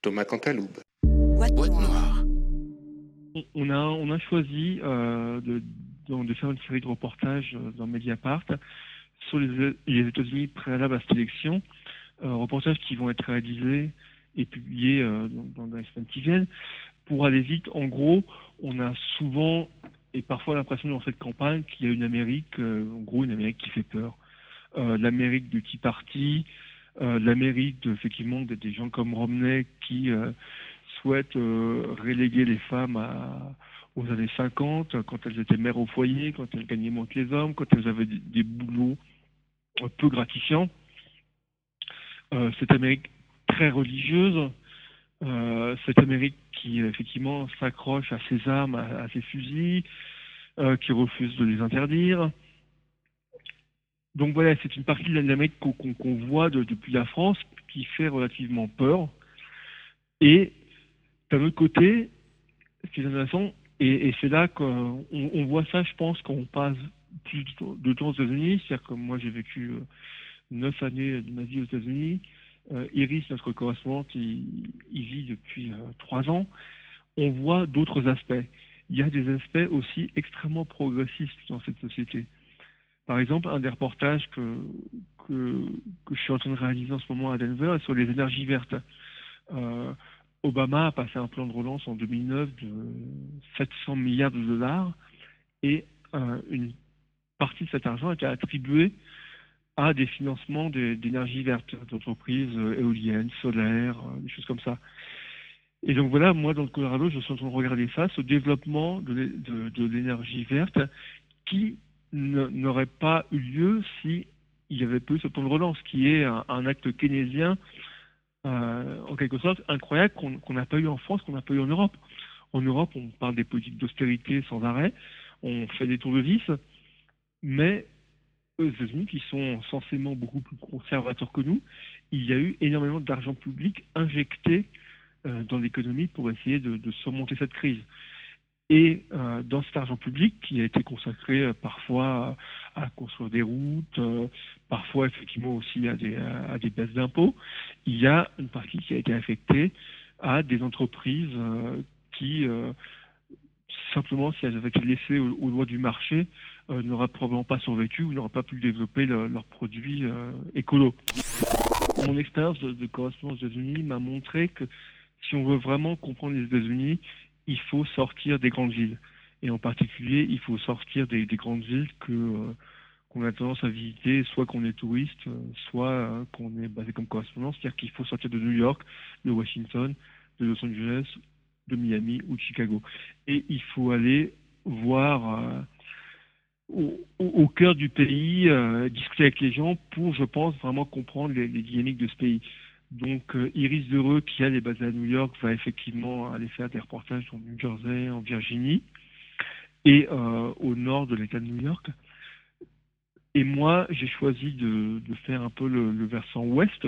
Thomas Cantaloube. Boîte noire. On a choisi de faire une série de reportages dans Mediapart sur les États-Unis préalables à cette élection, reportages qui vont être réalisés et publiés dans les semaines qui viennent. Pour aller vite, en gros, on a souvent et parfois l'impression dans cette campagne qu'il y a une Amérique, en gros une Amérique qui fait peur. L'Amérique du Tea Party, l'Amérique effectivement des gens comme Romney qui souhaitent reléguer les femmes aux années 50, quand elles étaient mères au foyer, quand elles gagnaient moins que les hommes, quand elles avaient des boulots peu gratifiants. Cette Amérique très religieuse, cette Amérique qui effectivement s'accroche à ses armes, à ses fusils, qui refuse de les interdire. Donc voilà, c'est une partie de l'Amérique qu'on voit depuis la France qui fait relativement peur. Et d'un autre côté, ce qui est intéressant, et c'est là qu'on voit ça, je pense, quand on passe plus de temps aux États-Unis, c'est-à-dire que moi j'ai vécu 9 années de ma vie aux États-Unis, Iris, notre correspondante, il vit depuis 3 ans, on voit d'autres aspects. Il y a des aspects aussi extrêmement progressistes dans cette société. Par exemple, un des reportages que je suis en train de réaliser en ce moment à Denver est sur les énergies vertes. Obama a passé un plan de relance en 2009 de 700 milliards de dollars et une partie de cet argent a été attribuée à des financements d'énergie verte, d'entreprises éoliennes, solaires, des choses comme ça. Et donc voilà, moi dans le Colorado, je suis en train de regarder ça, ce développement de l'énergie verte qui n'aurait pas eu lieu si il n'y avait pas eu ce plan de relance, qui est un acte keynésien en quelque sorte incroyable qu'on n'a pas eu en France, qu'on n'a pas eu en Europe. En Europe, on parle des politiques d'austérité sans arrêt, on fait des tours de vis, mais aux États-Unis, qui sont censément beaucoup plus conservateurs que nous, il y a eu énormément d'argent public injecté dans l'économie pour essayer de surmonter cette crise. Et dans cet argent public qui a été consacré parfois à construire des routes, parfois effectivement aussi à des baisses d'impôts, il y a une partie qui a été affectée à des entreprises qui, simplement, si elles avaient été laissées aux lois du marché, n'auraient probablement pas survécu ou n'auraient pas pu développer leurs produits écolos. Mon expérience de correspondant aux États-Unis m'a montré que si on veut vraiment comprendre les États-Unis, il faut sortir des grandes villes. Et en particulier, il faut sortir des grandes villes qu'on a tendance à visiter, soit qu'on est touriste, soit qu'on est basé comme correspondant. C'est-à-dire qu'il faut sortir de New York, de Washington, de Los Angeles, de Miami ou de Chicago. Et il faut aller voir au cœur du pays, discuter avec les gens pour, je pense, vraiment comprendre les dynamiques de ce pays. Donc Iris Dereux, qui elle est basée à New York, va effectivement aller faire des reportages en New Jersey, en Virginie et au nord de l'État de New York. Et moi, j'ai choisi de faire un peu le versant ouest,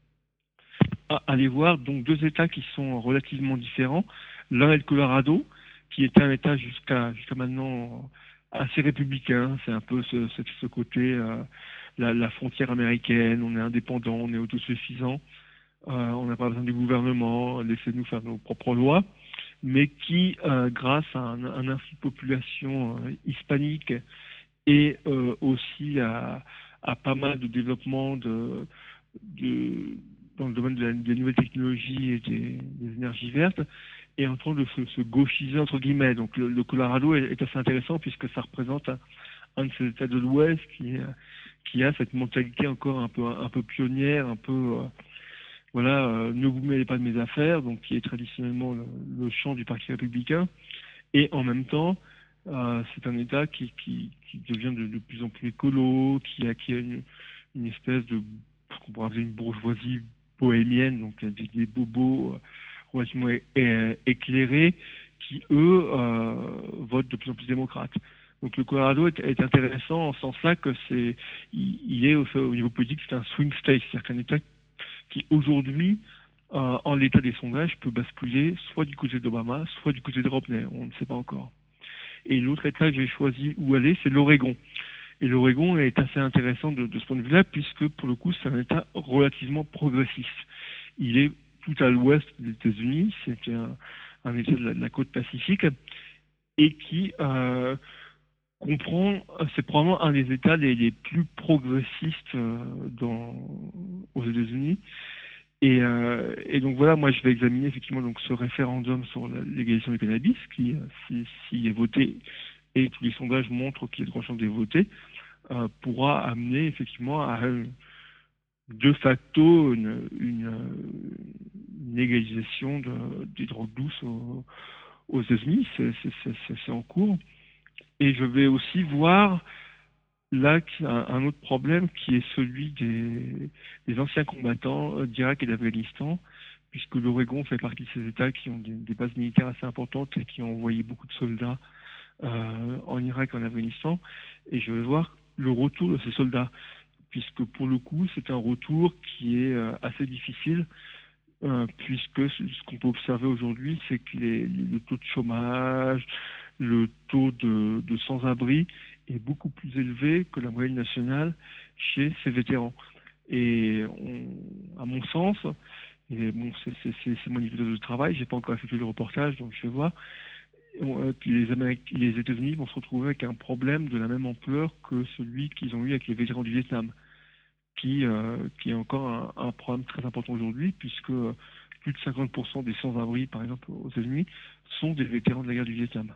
aller voir donc 2 États qui sont relativement différents. L'un est le Colorado, qui était un État jusqu'à maintenant assez républicain. C'est un peu ce côté, la frontière américaine, on est indépendant, on est autosuffisant. On n'a pas besoin du gouvernement, laissez-nous faire nos propres lois, mais qui, grâce à un influx de population hispanique et aussi à pas mal de développement dans le domaine des nouvelles technologies et des énergies vertes, est en train de se gauchiser, entre guillemets. Donc le Colorado est assez intéressant puisque ça représente un de ces États de l'Ouest qui a cette mentalité encore un peu pionnière, un peu... ne vous mêlez pas de mes affaires, donc qui est traditionnellement le chant du Parti républicain. Et en même temps, c'est un État qui devient de plus en plus écolo, qui a une espèce de, ce qu'on pourrait appeler une bourgeoisie bohémienne, donc des bobos relativement éclairés, qui, eux, votent de plus en plus démocrates. Donc le Colorado est intéressant en ce sens-là que il est au niveau politique, c'est un swing state, c'est-à-dire qu'un État qui aujourd'hui, en l'état des sondages, peut basculer soit du côté d'Obama, soit du côté de Romney. On ne sait pas encore. Et l'autre État que j'ai choisi où aller, c'est l'Oregon. Et l'Oregon est assez intéressant de ce point de vue-là, puisque pour le coup, c'est un État relativement progressiste. Il est tout à l'ouest des États-Unis, c'était un État de la côte Pacifique, et qui comprend, c'est probablement un des États les plus progressistes aux États-Unis. Et donc voilà, moi je vais examiner effectivement donc ce référendum sur la légalisation du cannabis, qui, s'il est voté, et tous les sondages montrent qu'il y a de grandes chances de voter, pourra amener effectivement à de facto une légalisation des drogues douces aux États-Unis. C'est en cours. Et je vais aussi voir là un autre problème qui est celui des anciens combattants d'Irak et d'Afghanistan, puisque l'Oregon fait partie de ces États qui ont des bases militaires assez importantes et qui ont envoyé beaucoup de soldats en Irak et en Afghanistan. Et je vais voir le retour de ces soldats, puisque pour le coup, c'est un retour qui est assez difficile, puisque ce qu'on peut observer aujourd'hui, c'est que le taux de chômage, le taux de sans-abri est beaucoup plus élevé que la moyenne nationale chez ces vétérans. Et à mon sens, et bon, c'est mon niveau de travail, j'ai pas encore effectué le reportage, donc je vais voir, les États-Unis vont se retrouver avec un problème de la même ampleur que celui qu'ils ont eu avec les vétérans du Vietnam, qui est encore un problème très important aujourd'hui, puisque plus de 50% des sans-abri, par exemple, aux États-Unis, sont des vétérans de la guerre du Vietnam.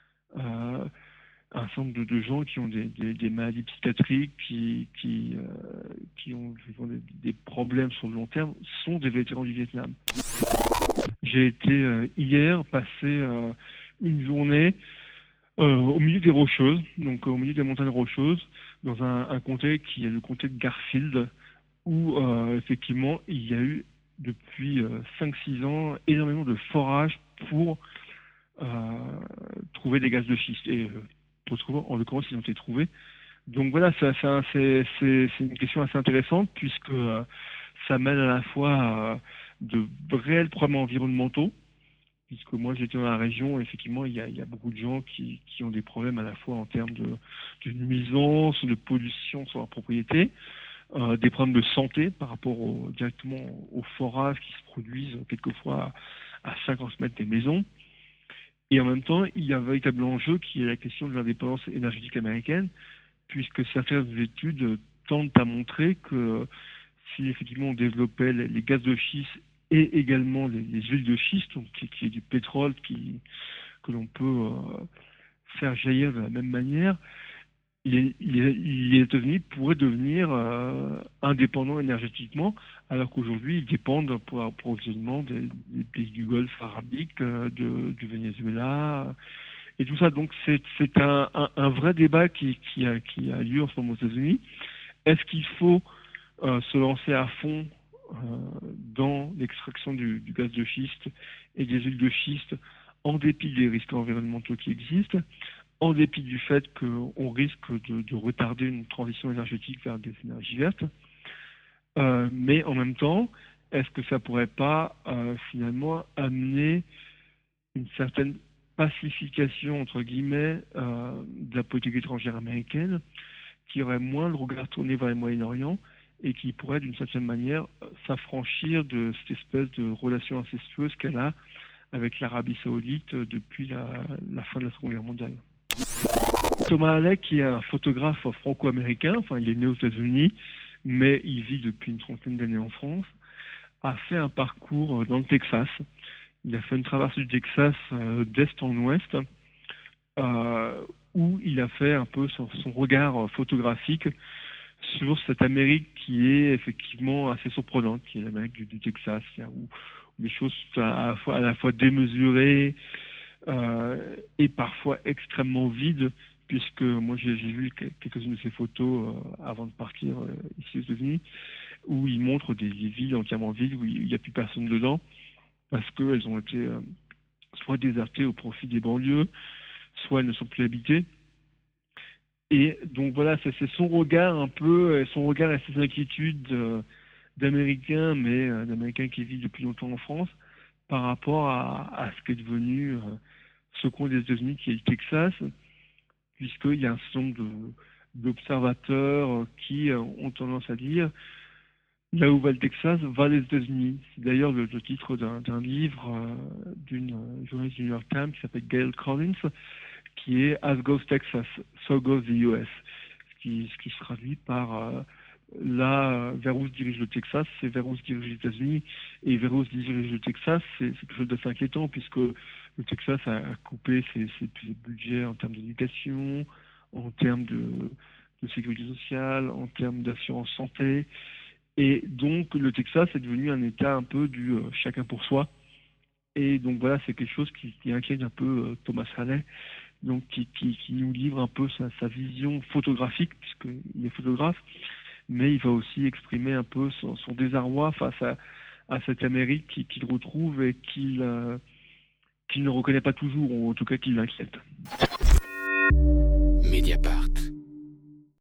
Un certain nombre de gens qui ont des maladies psychiatriques, qui ont des problèmes sur le long terme, sont des vétérans du Vietnam. J'ai été hier passer une journée au milieu des Rocheuses, donc au milieu des montagnes Rocheuses, dans un comté qui est le comté de Garfield, où effectivement il y a eu depuis 5-6 ans énormément de forages pour trouver des gaz de schiste. Et pour trouver, en l'occurrence, ils ont été trouvés. Donc voilà, c'est une question assez intéressante, puisque ça mène à la fois de réels problèmes environnementaux, puisque moi j'étais dans la région, effectivement il y a beaucoup de gens qui ont des problèmes à la fois en termes de nuisance, de pollution sur leur propriété, des problèmes de santé par rapport directement aux forages qui se produisent quelquefois à 50 mètres des maisons. Et en même temps, il y a un véritable enjeu qui est la question de l'indépendance énergétique américaine, puisque certaines études tendent à montrer que si effectivement on développait les gaz de schiste et également les huiles de schiste, donc qui est du pétrole que l'on peut faire jaillir de la même manière, les États-Unis pourraient devenir indépendants énergétiquement, alors qu'aujourd'hui ils dépendent pour l'approvisionnement des pays du Golfe arabique, du Venezuela, et tout ça. Donc c'est un vrai débat qui a lieu en ce moment aux États-Unis. Est-ce qu'il faut se lancer à fond dans l'extraction du gaz de schiste et des huiles de schiste en dépit des risques environnementaux qui existent, en dépit du fait qu'on risque de retarder une transition énergétique vers des énergies vertes, mais en même temps, est-ce que ça pourrait pas finalement amener une certaine pacification, entre guillemets, de la politique étrangère américaine, qui aurait moins le regard tourné vers le Moyen-Orient et qui pourrait d'une certaine manière s'affranchir de cette espèce de relation incestueuse qu'elle a avec l'Arabie Saoudite depuis la fin de la Seconde Guerre mondiale. Thomas Halleck, qui est un photographe franco-américain, enfin il est né aux États-Unis, mais il vit depuis une trentaine d'années en France, a fait un parcours dans le Texas. Il a fait une traversée du Texas d'est en ouest, où il a fait un peu son regard photographique sur cette Amérique qui est effectivement assez surprenante, qui est l'Amérique du Texas, où les choses sont à la fois démesurées et parfois extrêmement vides, puisque moi j'ai vu quelques-unes de ces photos avant de partir ici aux États-Unis, où il montre des villes entièrement vides, où il n'y a plus personne dedans, parce qu'elles ont été soit désertées au profit des banlieues, soit elles ne sont plus habitées. Et donc voilà, c'est son regard un peu, son regard et ses inquiétudes d'Américains, mais d'Américains qui vivent depuis longtemps en France, par rapport à ce qu'est devenu ce coin des États-Unis qui est le Texas, puisqu'il y a un certain nombre d'observateurs qui ont tendance à dire Là où va le Texas, va les États-Unis. C'est d'ailleurs le titre d'un livre d'une journaliste du New York Times qui s'appelle Gail Collins, qui est As Goes Texas, So Goes the US. Ce qui se traduit par là, vers où se dirige le Texas, c'est vers où se dirigent les États-Unis. Et vers où se dirige le Texas, c'est quelque chose d'assez inquiétant, puisque le Texas a coupé ses budgets en termes d'éducation, en termes de sécurité sociale, en termes d'assurance santé. Et donc, le Texas est devenu un État un peu du chacun pour soi. Et donc voilà, c'est quelque chose qui inquiète un peu Thomas Haley, donc qui nous livre un peu sa vision photographique, puisqu'il est photographe, mais il va aussi exprimer un peu son désarroi face à cette Amérique qu'il retrouve et qu'il ne reconnaît pas toujours, ou en tout cas qui l'inquiète.